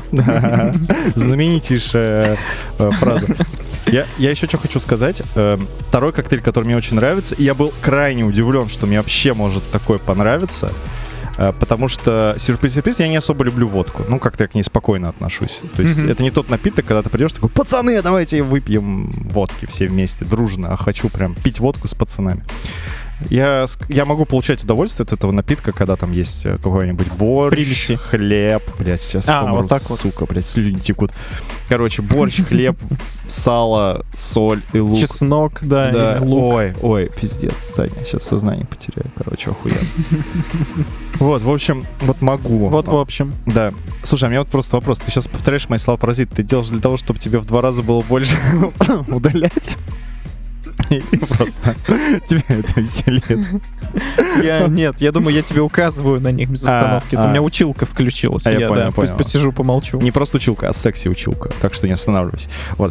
Знаменитейшая фраза. Я, я еще что хочу сказать. Второй коктейль, который мне очень нравится, и я был крайне удивлен, что мне вообще может такое понравиться. Потому что, сюрприз-сюрприз, я не особо люблю водку. Ну, как-то я к ней спокойно отношусь. То есть mm-hmm. это не тот напиток, когда ты придешь такой: пацаны, давайте выпьем водки все вместе, дружно. А хочу прям пить водку с пацанами. Я, я могу получать удовольствие от этого напитка, когда там есть какой-нибудь борщ, Прилищи. хлеб. Блять, сейчас а, помру, вот так сука, вот. блядь, слюни текут. Короче, борщ, хлеб, сало, соль и лук. Чеснок, да, да. и лук. Ой, ой, пиздец, Саня, сейчас сознание потеряю. Короче, охуенно. Вот, в общем, вот могу. Вот, в общем. Да. Слушай, а у меня вот просто вопрос. Ты сейчас повторяешь мои слова паразит. Ты делаешь для того, чтобы тебе в два раза было больше удалять? И просто тебя это веселит. Я, нет, я думаю, я тебе указываю на них без остановки. А, а. У меня училка включилась. А я, я понял, да, понял. Пусть посижу, помолчу. Не просто училка, а секси-училка. Так что не останавливайся. Вот.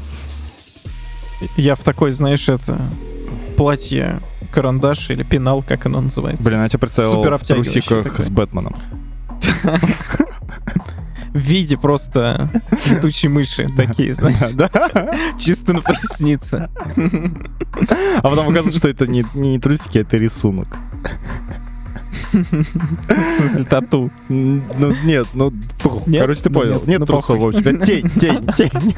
Я в такой, знаешь, это... платье, карандаш или пенал, как оно называется. Блин, я тебя представил в трусиках с Бэтменом. В виде просто летучей мыши такие, знаешь. Да. Чисто на пояснице. А потом оказывается, что это не, не трусики, это рисунок. В смысле, тату? Ну, нет, ну, нет? Короче, ты понял. Нет, нет ну, трусов, у тебя тень, тень, тень.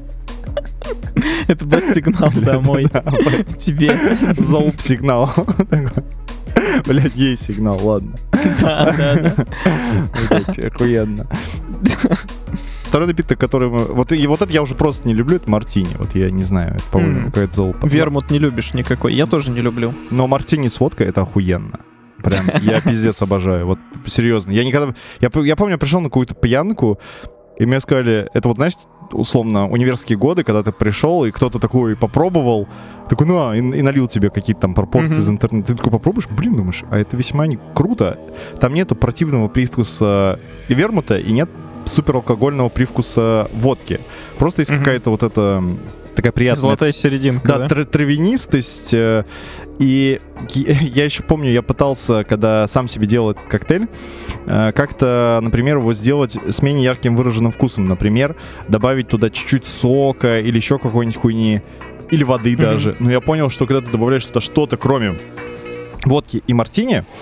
Это бэт-сигнал домой. Тебе. Залп-сигнал. Блядь, есть сигнал, ладно. Да, да, да. Блядь, охуенно. Второй напиток, который мы... Вот, и вот это я уже просто не люблю, это мартини. Вот я не знаю, это, по-моему, mm. какая-то золото. Вермут не любишь никакой, я тоже не люблю. Но мартини с водкой — это охуенно. Прям, я пиздец обожаю. Вот, серьезно. Я никогда... Я, я помню, я пришел на какую-то пьянку, и мне сказали... Это вот, знаешь, условно, университетские годы, когда ты пришел, и кто-то такой попробовал, такой, ну, и, и налил тебе какие-то там пропорции mm-hmm. из интернета. Ты такой попробуешь, блин, думаешь, а это весьма не круто. Там нету противного привкуса вермута и нет супералкогольного привкуса водки. Просто есть mm-hmm. какая-то вот эта такая приятная... Золотая серединка, да? Да, тр- травянистость. Э, и я еще помню, я пытался, когда сам себе делал этот коктейль, э, как-то, например, его сделать с менее ярким выраженным вкусом. Например, добавить туда чуть-чуть сока или еще какой-нибудь хуйни. Или воды mm-hmm. даже. Но я понял, что когда ты добавляешь туда что-то, кроме водки и мартини,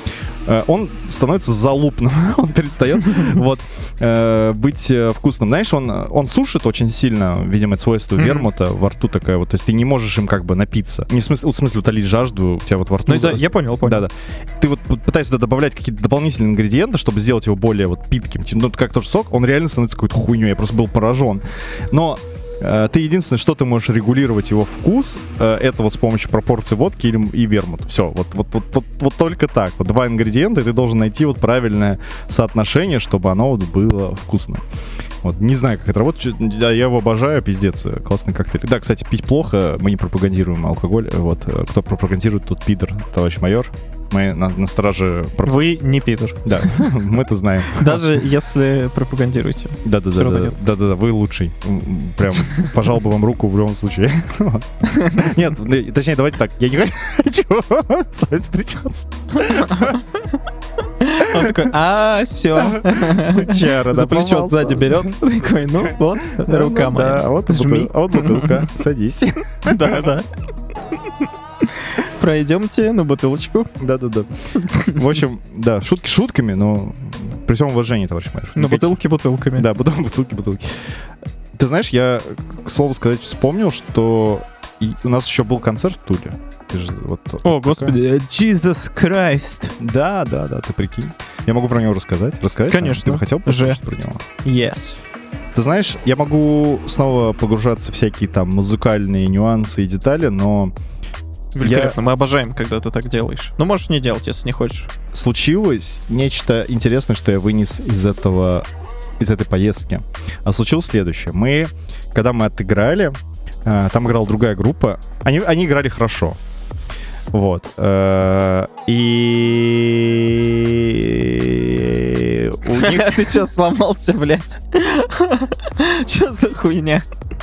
э, он становится залупным. Он перестает вот э, быть э, вкусным. Знаешь, он, он сушит очень сильно, видимо, это свойство mm-hmm. вермута, во рту такая вот, то есть ты не можешь им как бы напиться. Не в смысле, в смысле утолить жажду, у тебя вот во рту... Ну да, я понял, понял. Да-да. Ты вот пытаешься туда добавлять какие-то дополнительные ингредиенты, чтобы сделать его более вот питким. Ну, как тоже сок, он реально становится какой-то хуйней, я просто был поражен. Но э, ты единственное, что ты можешь регулировать его вкус, э, это вот с помощью пропорции водки или, и вермута. Все, вот, вот, вот, вот, вот только так. Вот два ингредиента, и ты должен найти вот правильное соотношение, чтобы оно вот было вкусным. Вот, не знаю, как это работает. Я его обожаю, пиздец, классный коктейль. Да, кстати, пить плохо, мы не пропагандируем алкоголь. Вот, кто пропагандирует, тот пидор, товарищ майор. Мы на, на страже... Вы не пидор. Да, мы это знаем. Даже если пропагандируете. Да-да-да, да-да-да, вы лучший. Прям пожал бы вам руку в любом случае. Нет, точнее, давайте так. Я не хочу с вами встречаться. Он такой, а, все. Сучара, за плечо сзади берет. Такой, ну вот, рука моя. Да, вот бутылка, садись. Да-да. Пройдемте на бутылочку. Да-да-да. В общем, да, шутки шутками, но при всем уважении, товарищ майор. На бутылки бутылками. Да, бутылки бутылки. Ты знаешь, я, к слову сказать, вспомнил, что у нас еще был концерт в Туле. Ты же, вот, О, вот господи, Jesus Christ. Да, да, да, ты прикинь. Я могу про него рассказать. Рассказать? Конечно. Ты бы хотел послушать про него? Yes. Ты знаешь, я могу снова погружаться в всякие там музыкальные нюансы и детали, но... Великолепно, я... мы обожаем, когда ты так делаешь. Ну, можешь не делать, если не хочешь. Случилось нечто интересное, что я вынес из этого, из этой поездки. А случилось следующее. Мы, когда мы отыграли, э, там играла другая группа, они, они играли хорошо. Вот. Э, и... Ты что, сломался, блядь? Что за хуйня?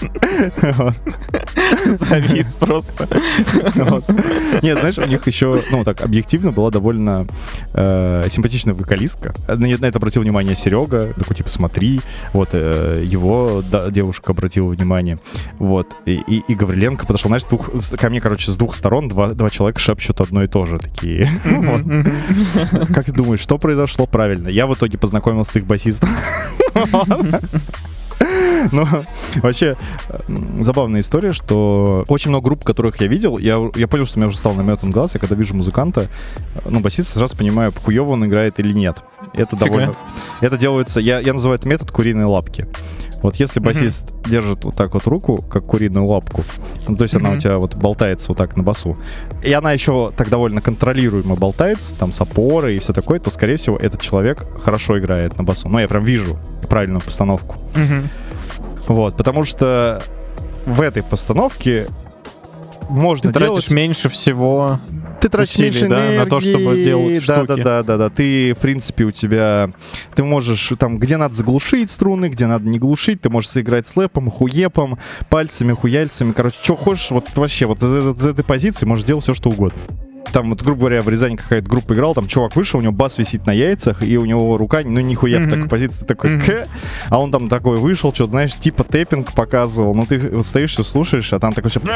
Завис просто. Вот. Нет, знаешь, у них еще, ну так, объективно была довольно э, симпатичная вокалистка. На, на это обратил внимание Серега, такой, типа, смотри. Вот, э, его да, девушка обратила внимание. Вот, и, и, и Гавриленко подошел, знаешь, двух, ко мне, короче, с двух сторон два, два человека шепчут одно и то же, такие. Как ты думаешь, что произошло? Правильно, я в итоге познакомился с их басистом. Но вообще забавная история, что очень много групп, которых я видел, я, я понял, что у меня уже стал наметан глаз, я когда вижу музыканта, ну, басиста, сразу понимаю, хуёво он играет или нет. Это Фига. довольно... Это делается... Я, я называю это метод куриной лапки. Вот если басист mm-hmm. держит вот так вот руку, как куриную лапку, ну, то есть mm-hmm. она у тебя вот болтается вот так на басу, и она еще так довольно контролируемо болтается, там с опорой и все такое, то, скорее всего, этот человек хорошо играет на басу. Ну, я прям вижу правильную постановку. Mm-hmm. Вот, потому что в этой постановке можно Ты делать... тратишь меньше всего... Ты тратишь усилий, меньше да, энергии, на то, чтобы делать да, штуки. Да, да, да, да. Ты, в принципе, у тебя... Ты можешь там, где надо заглушить струны, где надо не глушить, ты можешь сыграть слэпом, хуепом, пальцами, хуяльцами. Короче, что хочешь, вот вообще, вот из, из этой позиции можешь делать все, что угодно. Там, вот, грубо говоря, в Рязани какая-то группа играла, там чувак вышел, у него бас висит на яйцах, и у него рука, ну, нихуя mm-hmm. в такой позиции, такой, mm-hmm. а он там такой вышел, что-то, знаешь, типа тэппинг показывал, ну, ты вот стоишь, все слушаешь, а там такой все...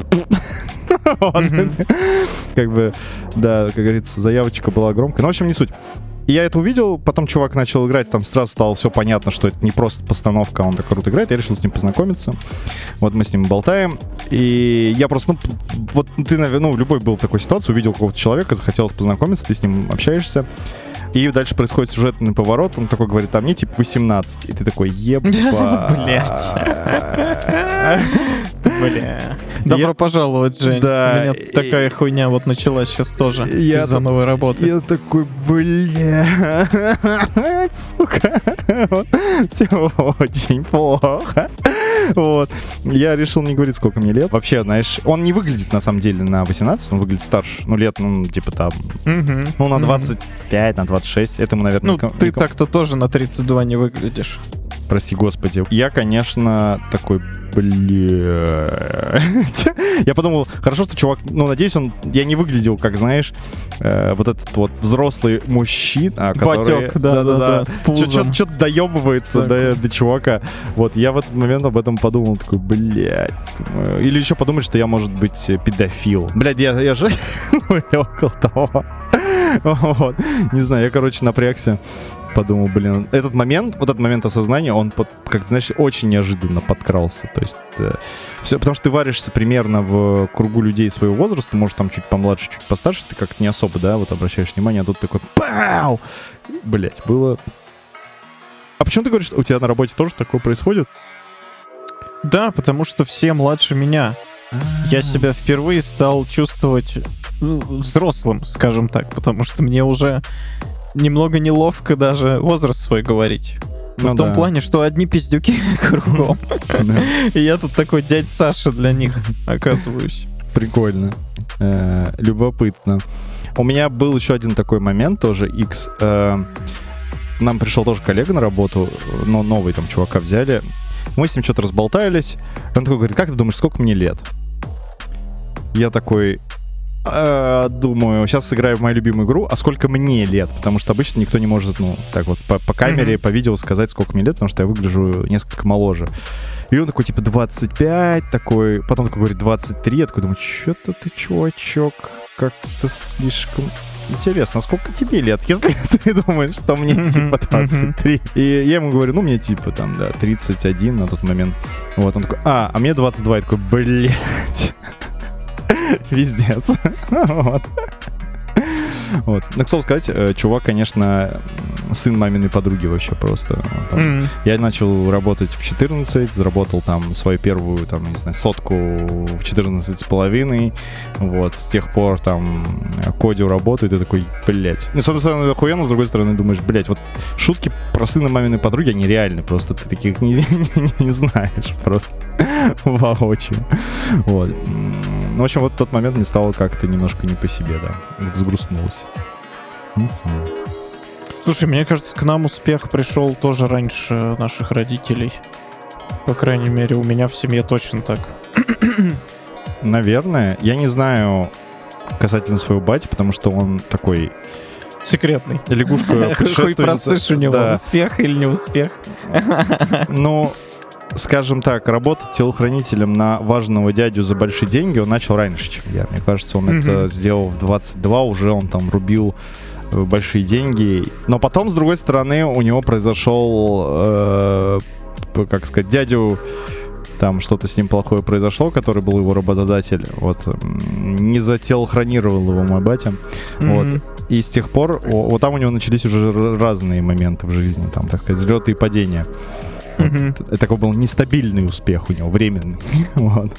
Как бы, да, как говорится, заявочка была громкая. Ну, в общем, не суть. И я это увидел, потом чувак начал играть, там сразу стало все понятно, что это не просто постановка, а он так круто играет. Я решил с ним познакомиться. Вот мы с ним болтаем. И я просто, ну, вот ты, наверное, ну, любой был в такой ситуации, увидел какого-то человека, захотелось познакомиться, ты с ним общаешься. И дальше происходит сюжетный поворот, он такой говорит, а мне типа восемнадцать. И ты такой, ебать. Блять. Бля. Добро пожаловать, Жень. Да. У меня такая хуйня вот началась сейчас тоже из-за новой работы. Я такой, бля, сука. Все очень плохо. Вот. Я решил не говорить, сколько мне лет. Вообще, знаешь, он не выглядит, на самом деле, на восемнадцать, он выглядит старше. Ну, лет, ну, типа там, угу. ну, на двадцать пять, на двадцать шесть. Этому, наверное... Ну, никому, ты никому... так-то тоже на тридцать два не выглядишь. Прости, господи. Я, конечно, такой, бля... Я подумал, хорошо, что чувак... Ну, надеюсь, он... Я не выглядел, как, знаешь, э, вот этот вот взрослый мужчина, который... Батек, да-да-да, с пузом. Что-то доебывается до, до чувака. Вот, я в этот момент об этом подумал, такой, блядь. Или еще подумать, что я, может быть, педофил. Блядь, я, я же... около того. Вот. Не знаю, я, короче, напрягся. Подумал, блин, этот момент, вот этот момент осознания, он, под, как знаешь, очень неожиданно подкрался. То есть, э, все, потому что ты варишься примерно в кругу людей своего возраста, может, там чуть помладше, чуть постарше, ты как-то не особо, да, вот обращаешь внимание, а тут такой пау! Блять, было... А почему ты говоришь, что у тебя на работе тоже такое происходит? Да, потому что все младше меня. Я себя впервые стал чувствовать взрослым, скажем так, потому что мне уже немного неловко даже возраст свой говорить. Ну, в том да. плане, что одни пиздюки кругом. И я тут такой дядь Саша для них оказываюсь. Прикольно. Любопытно. У меня был еще один такой момент тоже, X. Нам пришел тоже коллега на работу, но новый там чувака взяли. Мы с ним что-то разболтались. Он такой говорит, как ты думаешь, сколько мне лет? Я такой... Uh, думаю, сейчас сыграю в мою любимую игру, а сколько мне лет? Потому что обычно никто не может, ну, так вот, по, по камере, mm-hmm. по видео сказать, сколько мне лет, потому что я выгляжу несколько моложе. И он такой, типа, двадцать пять, такой, потом такой говорит, двадцать три, я такой думаю, что-то ты, чувачок, как-то слишком... Интересно, а сколько тебе лет, если ты думаешь, что мне, mm-hmm. типа, двадцать три? Mm-hmm. И я ему говорю, ну, мне, типа, там, да, тридцать один на тот момент. Вот, он такой, а, а мне двадцать два, я такой, блядь. Пиздец. Вот. Вот. Ну, к слову сказать, чувак, конечно, сын маминой подруги вообще просто. Там, mm-hmm. Я начал работать в четырнадцать, заработал там свою первую, там, не знаю, сотку в четырнадцать с половиной. Вот. С тех пор там Кодио работает, и такой, блять. Ну, с одной стороны, охуенно, с другой стороны, думаешь, блять, вот шутки про сына маминой подруги, они реальны, просто ты таких не, не, не знаешь, просто воочию. Вот. Ну, в общем, вот в тот момент мне стало как-то немножко не по себе, да. Взгрустнулось. Слушай, мне кажется, к нам успех пришел тоже раньше наших родителей. По крайней мере, у меня в семье точно так. Наверное. Я не знаю касательно своего бати, потому что он такой... Секретный. Лягушка путешественница. Хуй просышь у него, да. Успех или не успех. Ну... Скажем так, работать телохранителем на важного дядю за большие деньги он начал раньше, чем я. Мне кажется, он mm-hmm. это сделал в двадцать два, уже он там рубил большие деньги. Но потом, с другой стороны, у него произошел, э, как сказать, дядю, там что-то с ним плохое произошло, который был его работодатель. Вот. Не зателохронировал его мой батя. Mm-hmm. Вот. И с тех пор, вот там у него начались уже разные моменты в жизни, там, так сказать, взлеты и падения. Mm-hmm. Вот. Такой был нестабильный успех у него, временный. Вот.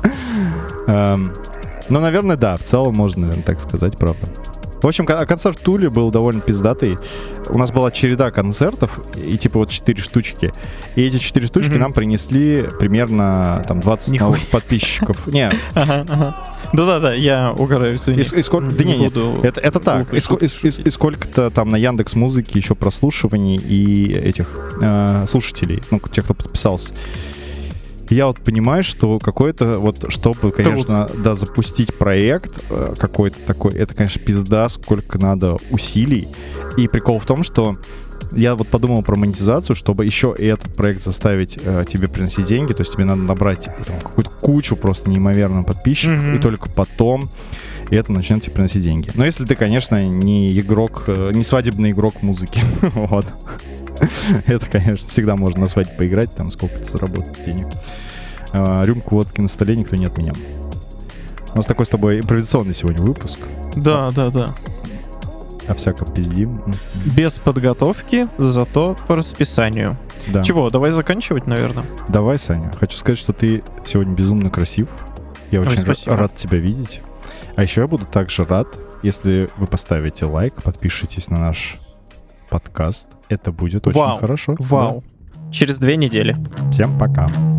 эм, ну, наверное, да, в целом можно, наверное, так сказать, правда. В общем, концерт в Туле был довольно пиздатый. У нас была череда концертов, и типа вот четыре штучки. И эти четыре штучки mm-hmm. нам принесли примерно там двадцать новых подписчиков. Не. Ага, ага. Да-да-да, я угораю, извини. И, и сколько... Да не, не, это, это так. И, и, и, и сколько-то там на Яндекс.Музыке еще прослушиваний и этих э, слушателей, ну, тех, кто подписался. Я вот понимаю, что какой-то вот, чтобы, конечно, Труд. да, запустить проект э, какой-то такой, это, конечно, пизда, сколько надо усилий. И прикол в том, что я вот подумал про монетизацию, чтобы еще и этот проект заставить э, тебе приносить деньги, то есть тебе надо набрать там, какую-то кучу просто неимоверно подписчиков, mm-hmm. и только потом это начнет тебе приносить деньги. Но если ты, конечно, не игрок, э, не свадебный игрок музыки, вот. Это, конечно, всегда можно на свадьбе поиграть, там сколько-то заработать денег. А, рюмку водки на столе никто не отменял. У нас такой с тобой импровизационный сегодня выпуск. Да, да, да. О всяком пиздим. Без подготовки, зато по расписанию. Да. Чего, давай заканчивать, наверное? Давай, Саня. Хочу сказать, что ты сегодня безумно красив. Я Ой, очень р- рад тебя видеть. А еще я буду также рад, если вы поставите лайк, подпишитесь на наш подкаст. Это будет очень Вау. хорошо. Вау. Да. Через две недели. Всем пока.